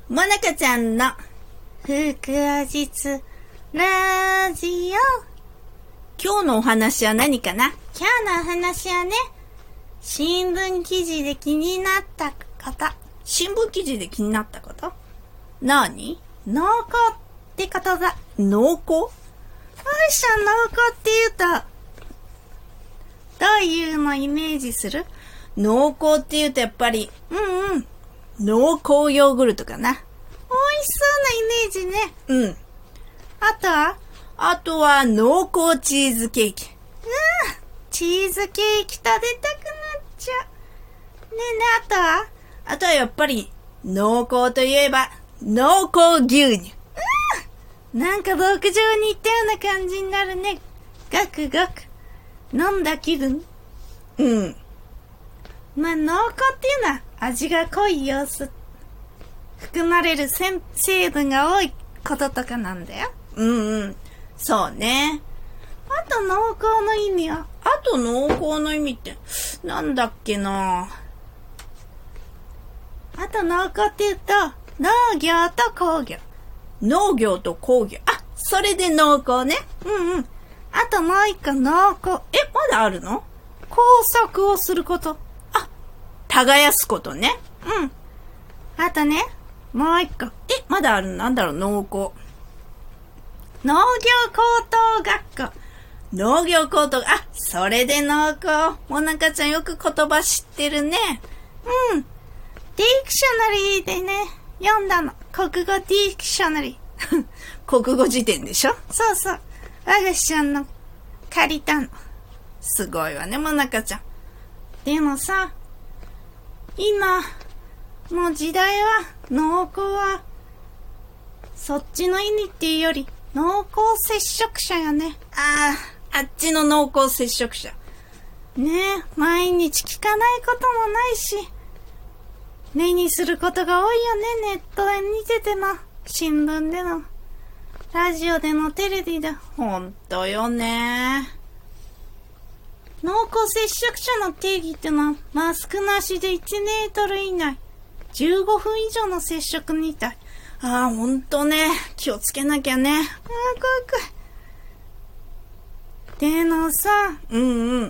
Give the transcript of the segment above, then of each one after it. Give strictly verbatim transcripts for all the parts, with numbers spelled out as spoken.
もなかちゃんの福アジツラジオ。今日のお話は何かな？今日のお話はね、新聞記事で気になったこと。新聞記事で気になったこと？何？濃厚ってことだ。濃厚？おいしょ、濃厚って言うと、どういうのイメージする？濃厚って言うとやっぱり、うんうん。濃厚ヨーグルトかな。美味しそうなイメージね。うん。あとはあとは濃厚チーズケーキ。うん。チーズケーキ食べたくなっちゃう。ねえねえ、あとはあとはやっぱり濃厚といえば濃厚牛乳。うん。なんか牧場に行ったような感じになるね。ガクガク。飲んだ気分。うん。まあ濃厚っていうのは味が濃い様子。含まれる成分が多いこととかなんだよ。うんうん。そうね。あと濃厚の意味はあと濃厚の意味ってなんだっけな。あと濃厚って言うと農業と工業。農業と工業。あ、それで濃厚ね。うんうん。あともう一個濃厚。え、まだあるの？工作をすること。あ、耕すことね。うん。あとね、もう一個。え、まだあるの？なんだろう、濃厚。農業高等学校。農業高等、あ、それで濃厚。もなかちゃんよく言葉知ってるね。うん。ディクショナリーでね、読んだの。国語ディクショナリー。国語辞典でしょ？そうそう。我が師匠の借りたの。すごいわね、もなかちゃん。でもさ、今、もう時代は、濃厚は、そっちの意味っていうより、濃厚接触者やね。ああ、あっちの濃厚接触者。ねえ、毎日聞かないこともないし、目にすることが多いよね、ネットで見てても、新聞でも、ラジオでもテレビで。ほんとよね。濃厚接触者の定義ってのは、マスクなしでいちメートル以内、じゅうごふん以上の接触みたい。ああ、ほんとね。気をつけなきゃね。ああ、怖い怖い。でもさ、うんうん。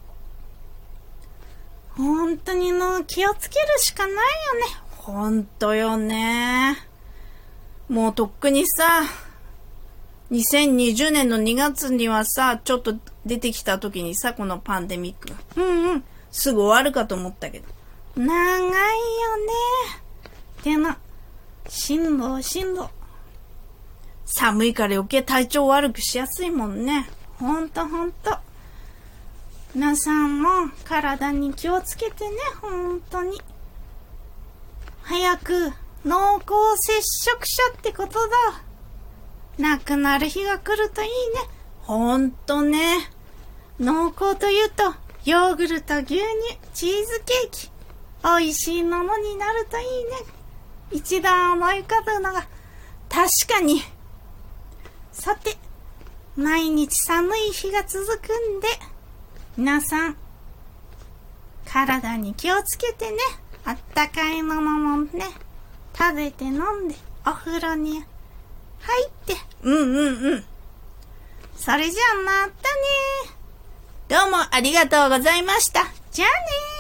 ほんとにもう気をつけるしかないよね。ほんとよね。もうとっくにさ、にせんにじゅうねんのにがつにはさ、ちょっと出てきた時にさ、このパンデミックが。うんうん。すぐ終わるかと思ったけど。長いよね。でも、辛抱辛抱。寒いから余計体調悪くしやすいもんね。ほんとほんと。皆さんも体に気をつけてね、ほんとに。早く濃厚接触者ってことだ。なくなる日が来るといいね。ほんとね。濃厚というと、ヨーグルト、牛乳、チーズケーキ。美味しいものになるといいね。一段思い浮かぶのが、確かに。さて、毎日寒い日が続くんで、皆さん、体に気をつけてね。あったかいものもね、食べて飲んで、お風呂に入って。うんうんうん。それじゃあまたね。どうもありがとうございました。じゃあね。